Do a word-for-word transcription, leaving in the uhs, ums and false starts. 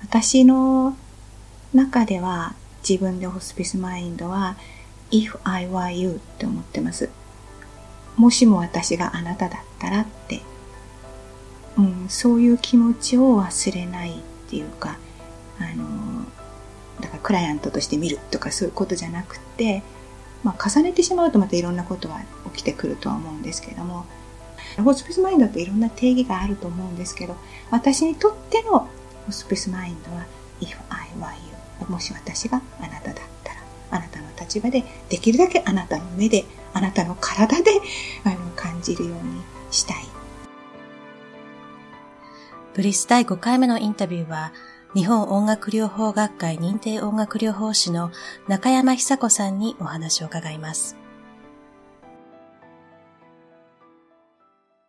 私の中では自分でホスピスマインドは If I were you って思ってます。もしも私があなただったらって、うん、そういう気持ちを忘れないっていうか、あのだからクライアントとして見るとかそういうことじゃなくて、まあ、重ねてしまうとまたいろんなことは起きてくるとは思うんですけども、ホスピスマインドっていろんな定義があると思うんですけど、私にとってのホスピスマインドは If I were you、 もし私があなただったら、あなたの立場でできるだけあなたの目で、あなたの体であの感じるようにしたい。 ブリスだいごかいめのインタビューは、日本音楽療法学会認定音楽療法士の中山久子さんにお話を伺います。